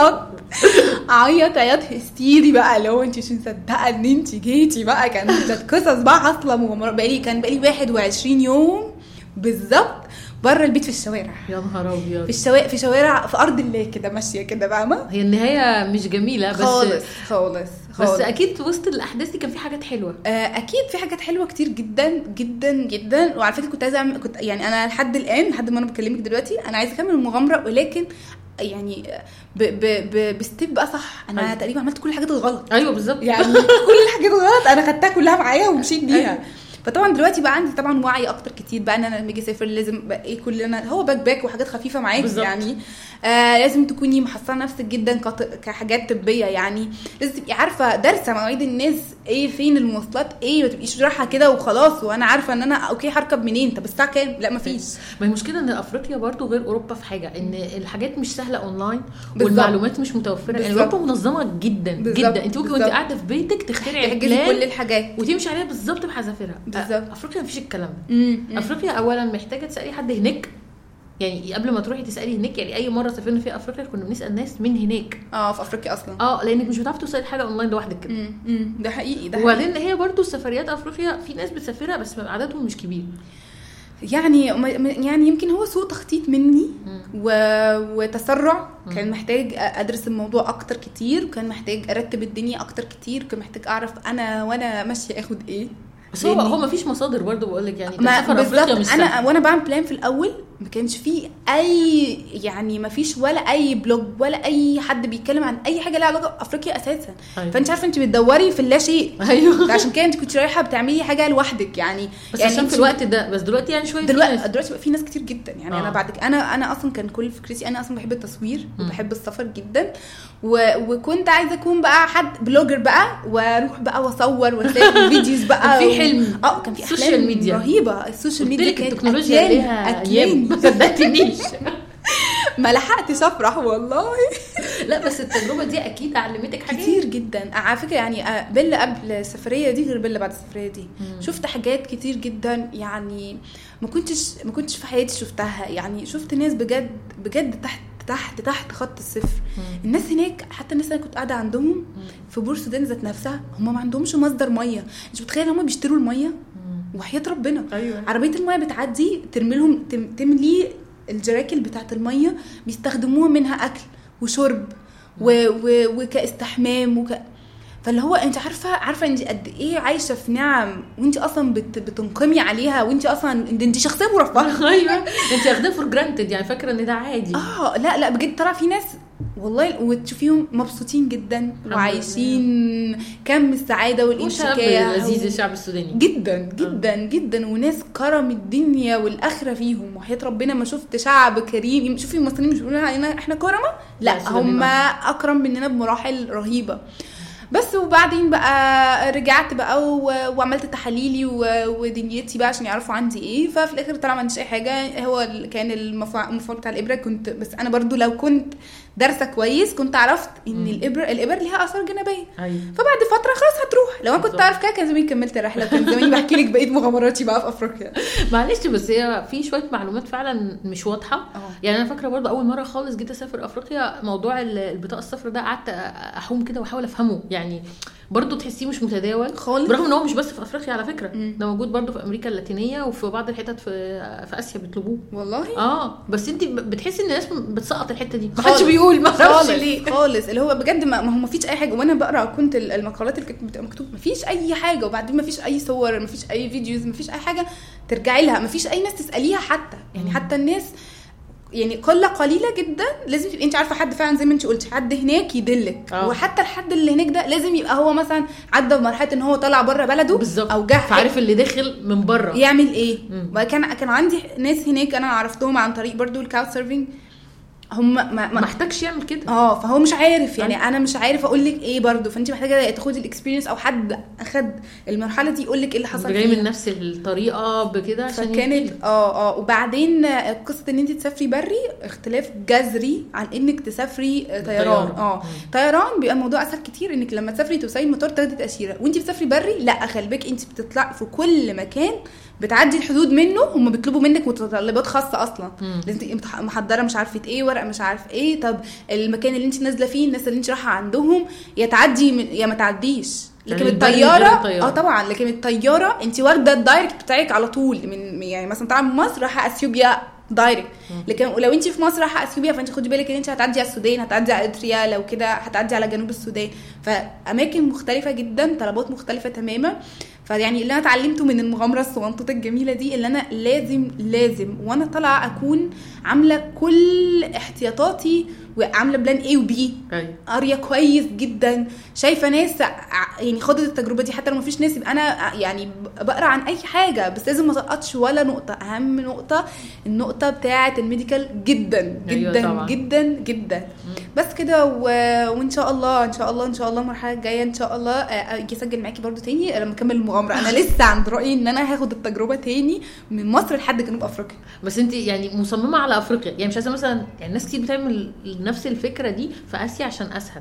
عيط هستيري بقى لو انت مش مصدقه ان انت جيتي بقى. كانت قصص بقى اصلا كان بقالي 21 يوم بالظبط بره البيت في الشوارع. يا نهار ابيض. في شوارع في ارض الله كده ماشيه كده فاهمه. هي النهايه مش جميله بس خالص بس اكيد وسط الاحداث دي كان في حاجات حلوه. اكيد في حاجات حلوه كتير جدا جدا جدا. وعلى فكره كنت عايزه كنت يعني انا لحد الان لحد ما انا بكلمك دلوقتي انا عايزه اكمل المغامره ولكن يعني بستيب بقى صح. انا تقريبا عملت كل الحاجات الغلط. ايوه بالظبط يعني كل الحاجات الغلط انا خدتها كلها معايا ومشيت بيها. فطبعا دلوقتي بقى عندي طبعا وعي اكتر كتير بقى ان انا لما اجي اسافر لازم بقى ايه كلنا هو باك وحاجات خفيفه معاكي يعني. لازم تكوني محصنه نفسك جدا كحاجات طبيه يعني. لازم تبقي عارفه دارسه مواعيد الناس ايه فين المواصلات ايه. ما تبقيش رايحه كده وخلاص وانا عارفه ان انا اوكي هركب منين طب الساعه كام. لا مفيش. ما هي المشكله ان افريقيا برضو غير اوروبا في حاجه ان الحاجات مش سهله اونلاين والمعلومات مش متوفره. يعني اوروبا منظمه جدا جدا. انت ممكن وانت قاعده في بيتك تخترعي بلان كل الحاجات وتمشي عليها بالظبط بحذافيرها. افريقيا مفيش الكلام ده. افريقيا اولا محتاجه تسالي حد هناك يعني قبل ما تروحي تسالي هناك. يعني اي مره سافرنا في افريقيا كنا بنسال ناس من هناك في افريقيا اصلا لانك مش بتعرفي توصلي حاجه اونلاين لوحدك كده. ده حقيقي. وبعدين هي برضو السفريات افريقيا في ناس بتسافرها بس عددهم مش كبير يعني يمكن هو سوء تخطيط مني وتسرع. كان محتاج ادرس الموضوع اكتر كتير وكان محتاج ارتب الدنيا اكتر كتير وكان محتاج اعرف انا وانا ماشيه اخد ايه. بس هو ما فيش مصادر برضو بقول لك يعني سفر افريقيا مش انا وانا بعمل بلان في الاول ما كانش فيه اي يعني ما فيش ولا اي بلوج ولا اي حد بيتكلم عن اي حاجه لها علاقه بافريقيا اساسا. فانت عارفه انت بتدوري في اللا شيء. ايوه عشان كده انت كنت رايحه بتعملي حاجه لوحدك يعني. بس يعني عشان في الوقت ده بس دلوقتي يعني شويه دلوقتي بقى في ناس كتير جدا يعني. انا بعد انا اصلا كان كل فكرتي انا اصلا بحب التصوير وبحب السفر جدا وكنت عايزه اكون بقى حد بلوجر بقى واروح بقى واصور واسافر فيديوز بقى. في حلم كان في احلام ميديا رهيبه. السوشيال ميديا كانت التكنولوجيا ليها ايام صدقتنيش ما لحقتش افرح والله. لا بس التجربه دي اكيد علمتك حاجات كتير جدا على فكره يعني. بيلا قبل السفريه دي غير بيلا بعد السفريه دي. شفت حاجات كتير جدا يعني ما كنتش في حياتي شفتها يعني. شفت ناس بجد تحت خط الصفر. الناس هناك حتى الناس اللي كنت قاعده عندهم في بورسودان ذات نفسها هم ما عندهمش مصدر ميه. انت متخيل هم بيشتروا الميه وحياة ربنا. أيوة. عربيه الميه بتعدي ترمي لهم تملي الجراكل بتاعه الميه بيستخدموها منها اكل وشرب وكاستحمام فاللي هو انت عارفه انت قد ايه عايشه في نعم وانت اصلا بتنقمي عليها وانت اصلا انت شخصيه مرفهه. ايوه انت واخداه فور جرانتد يعني فاكره ان ده عادي. لا بجد ترى في ناس والله وتشوفيهم مبسوطين جدا وعايشين كم السعاده والانشكايه لذيذ الشعب السوداني جدا جدا جدا، وناس كرم الدنيا والاخره فيهم، وحياه ربنا ما شفت شعب كريم. شوفي المصريين مش بيقولوا علينا احنا كرمه، لا هم اكرم مننا بمراحل رهيبه. بس وبعدين بقى رجعت بقى وعملت تحاليلي ودنيتي بقى عشان يعرفوا عندي ايه. ففي الاخر طلع ما عنديش اي حاجه، هو كان المفعول بتاع الابره. كنت بس انا برضو لو كنت دارسه كويس كنت عرفت ان الابر ليها اثار جانبيه. فبعد فتره خلاص هتروح. لو انا كنت عارف كده كان زماني كملت الرحله، وكان زماني بحكي لك بقيه مغامراتي بقى في افريقيا. معلش بس هي في شويه معلومات فعلا مش واضحه. يعني انا فاكره برضو اول مره خالص جيت اسافر افريقيا، موضوع البطاقه الصفراء ده قعدت احوم كده واحاول افهمه. يعني برضو تحسيه مش متداول خالص، برغم ان هو مش بس في افريقيا على فكره، ده موجود برضو في امريكا اللاتينيه وفي بعض الحتت في اسيا بيطلبوه والله. بس انت بتحسي ان الناس بتسقط الحته دي، ما حدش بيقول ما خالص ليه خالص. اللي هو بجد ما فيش اي حاجه. وانا بقرا كنت المقالات اللي كانت مكتوب ما فيش اي حاجه، وبعدين ما فيش اي صور، ما فيش اي فيديوز، ما فيش اي حاجه ترجعي لها، ما فيش اي ناس تساليها حتى. يعني حتى الناس يعني قليله جدا لازم تبقي انت عارفه حد فعلا زي ما انت قلتي، حد هناك يدلك. وحتى الحد اللي هناك ده لازم يبقى هو مثلا عدى بمرحله ان هو طلع بره بلده بالزبط. او جه عارف اللي داخل من بره يعمل ايه. كان عندي ناس هناك انا عرفتهم عن طريق برضو الكاوت سيرفينج، هم ما محتاجش يعمل كده. فهو مش عارف. يعني انا مش عارف اقول لك ايه برضو، فانت محتاجه تاخدي الاكسبيرينس او حد اخد المرحله دي يقول لك ايه اللي حصل جاي من نفس الطريقه بكده عشان كانت وبعدين قصه ان انت تسافري بري اختلاف جذري عن انك تسافري طيران. طيران بيبقى الموضوع اسهل كتير، انك لما تسافري توصلي المطار تاخدي تاشيره، وانت بتسافري بري لا خلي بالك انت بتطلعي في كل مكان بتعدي الحدود منه، هم بيطلبوا منك متطلبات خاصه اصلا. لازم تبقي محضره مش عارفه ايه، ورق مش عارف ايه، طب المكان اللي انت نازله فيه الناس اللي انت رايحه عندهم يا تعدي يا ما تعديش. لكن الطياره طبعا، لكن الطياره انت واخده الدايركت بتاعك على طول من يعني مثلا طالعه من مصر رايحه اثيوبيا دايركت. لكن لو انت في مصر رايحه اثيوبيا فانت خدي بالك ان انت هتعدي على السودان، هتعدي على اريتريا، لو كده هتعدي على جنوب السودان. فاماكن مختلفه جدا، طلبات مختلفه تماما. فيعني اللي انا اتعلمته من المغامره الصغنطوطه الجميله دي اللي انا لازم وانا طالعه اكون عامله كل احتياطاتي وعامله بلان A و B. قاريه كويس جدا، شايفه ناس يعني خدت التجربه دي. حتى لو مفيش ناس انا يعني بقرا عن اي حاجه، بس لازم ما اسقطش ولا نقطه. اهم نقطه النقطه بتاعه الميديكال جدا جدا جدا جدا. بس كده وان شاء الله المرحله الجايه ان شاء الله اجي اسجل معاكي برضو تاني لما اكمل المغامره. انا لسه عند رايي ان انا هاخد التجربه تاني من مصر لحد جنوب افريقيا. بس انت يعني مصممه على افريقيا، يعني مش عايزه مثلا يعني ناس كتير بتعمل نفس الفكره دي في اسيا عشان اسهل.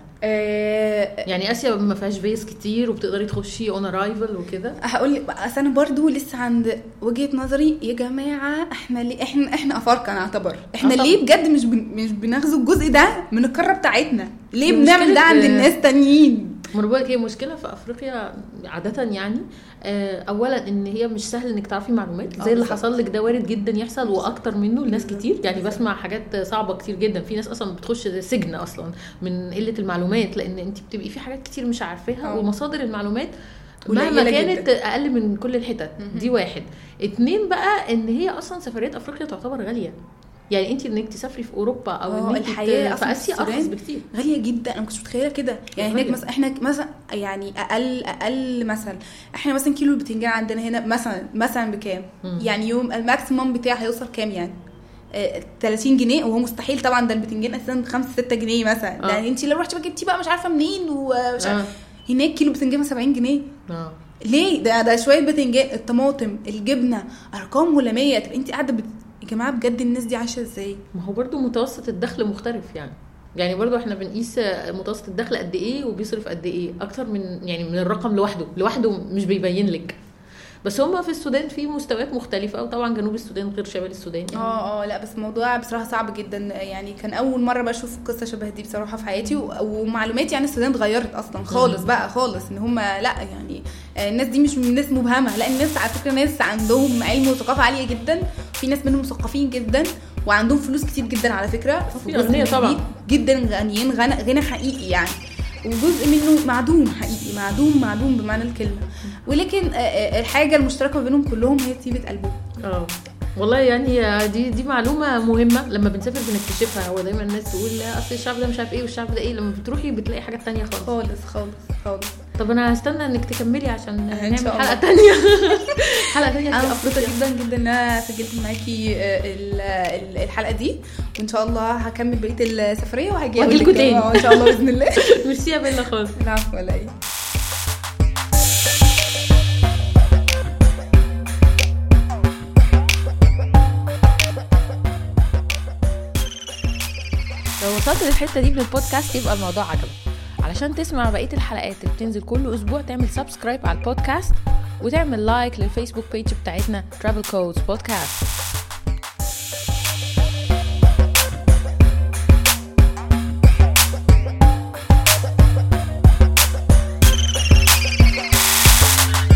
يعني اسيا ما فيهاش بيس كتير وبتقدري تخشي اون ارايفل وكده. هقول لك بس انا برضو لسه عند وجهه نظري يا جماعه، احنا ليه احنا افارقه نعتبر احنا ليه بجد مش بناخذ الجزء ده من القاره بتاعتنا؟ ليه بنعمل ده عند الناس تانيين؟ مربوطه. هي مشكله في افريقيا عاده يعني اولا ان هي مش سهل انك تعرفي معلومات زي اللي حصل لك ده، وارد جدا يحصل واكتر منه لناس كتير. يعني بسمع حاجات صعبه كتير جدا، في ناس اصلا بتخش سجن اصلا من قله المعلومات، لان انت بتبقي في حاجات كتير مش عارفاها ومصادر المعلومات مهما كانت اقل من كل الحتت دي. 1 2 بقى ان هي اصلا سفريات افريقيا تعتبر غاليه. يعني انت انك تسافري في اوروبا او انك الحياه في اسيا ارخص بكتير، غاليه جدا. انا ما كنتش متخيله كده. يعني هناك مثلا احنا مثلا يعني اقل مثلا احنا مثلا كيلو البتنجان عندنا هنا مثلا بكام؟ يعني يوم الماكسيمم بتاعه هيوصل كام؟ يعني 30 جنيه، وهو مستحيل طبعا. ده البتنجان اساسا 5-6 جنيه مثلا. يعني انت لو رحتي بقى جبتي بقى مش عارفه منين ومش هناك كيلو بتنجان 70 جنيه. ليه؟ ده شويه بتنجان. الطماطم، الجبنه، ارقام هلاميه. طب انت قاعده يا جماعه بجد الناس دي عايشه ازاي؟ ما هو برضو متوسط الدخل مختلف. يعني برضو احنا بنقيس متوسط الدخل قد ايه وبيصرف قد ايه اكتر من يعني من الرقم لوحده مش بيبين لك. بس هم في السودان في مستويات مختلفه، وطبعا جنوب السودان غير شمال السودان يعني. لا بس الموضوع بصراحه صعب جدا. يعني كان اول مره بشوف قصه شبه دي بصراحه في حياتي، ومعلوماتي عن السودان اتغيرت اصلا خالص ان هم لا يعني الناس دي مش من ناس مبهمه، لا الناس على فكره ناس عندهم علم وثقافه عاليه جدا، في ناس منهم مثقفين جدا وعندهم فلوس كتير جدا على فكره، في اغنياء طبعا جدا غنيين غنى حقيقي يعني، وجزء منه معدوم حقيقي، معدوم بمعنى الكلمه. ولكن الحاجه المشتركه بينهم كلهم هي طيبه قلبهم. والله يعني دي معلومه مهمه لما بنسافر بنكتشفها. هو دايما الناس تقول لا اصل الشعب ده مش عارف ايه والشعب ده ايه، لما بتروحي بتلاقي حاجات تانية خالص خالص خالص خالص. طب انا هستنى انك تكملي عشان نعمل شاء حلقه الله. تانية. حلقه تانية انا في مبسوطه أفريقيا. جدا جدا ان انا سجلت معاكي الحلقه دي، وان شاء الله هكمل بقيه السفريه وهاجي واجيلكوا تاني ان شاء الله باذن الله. ميرسي يا بيلا خالص. العفو ولا ايه. لو وصلت للحته دي من البودكاست يبقى الموضوع عجبك. علشان تسمع بقيه الحلقات اللي بتنزل كل اسبوع تعمل سبسكرايب على البودكاست وتعمل لايك للفيسبوك بيج بتاعتنا Travel Codes Podcast.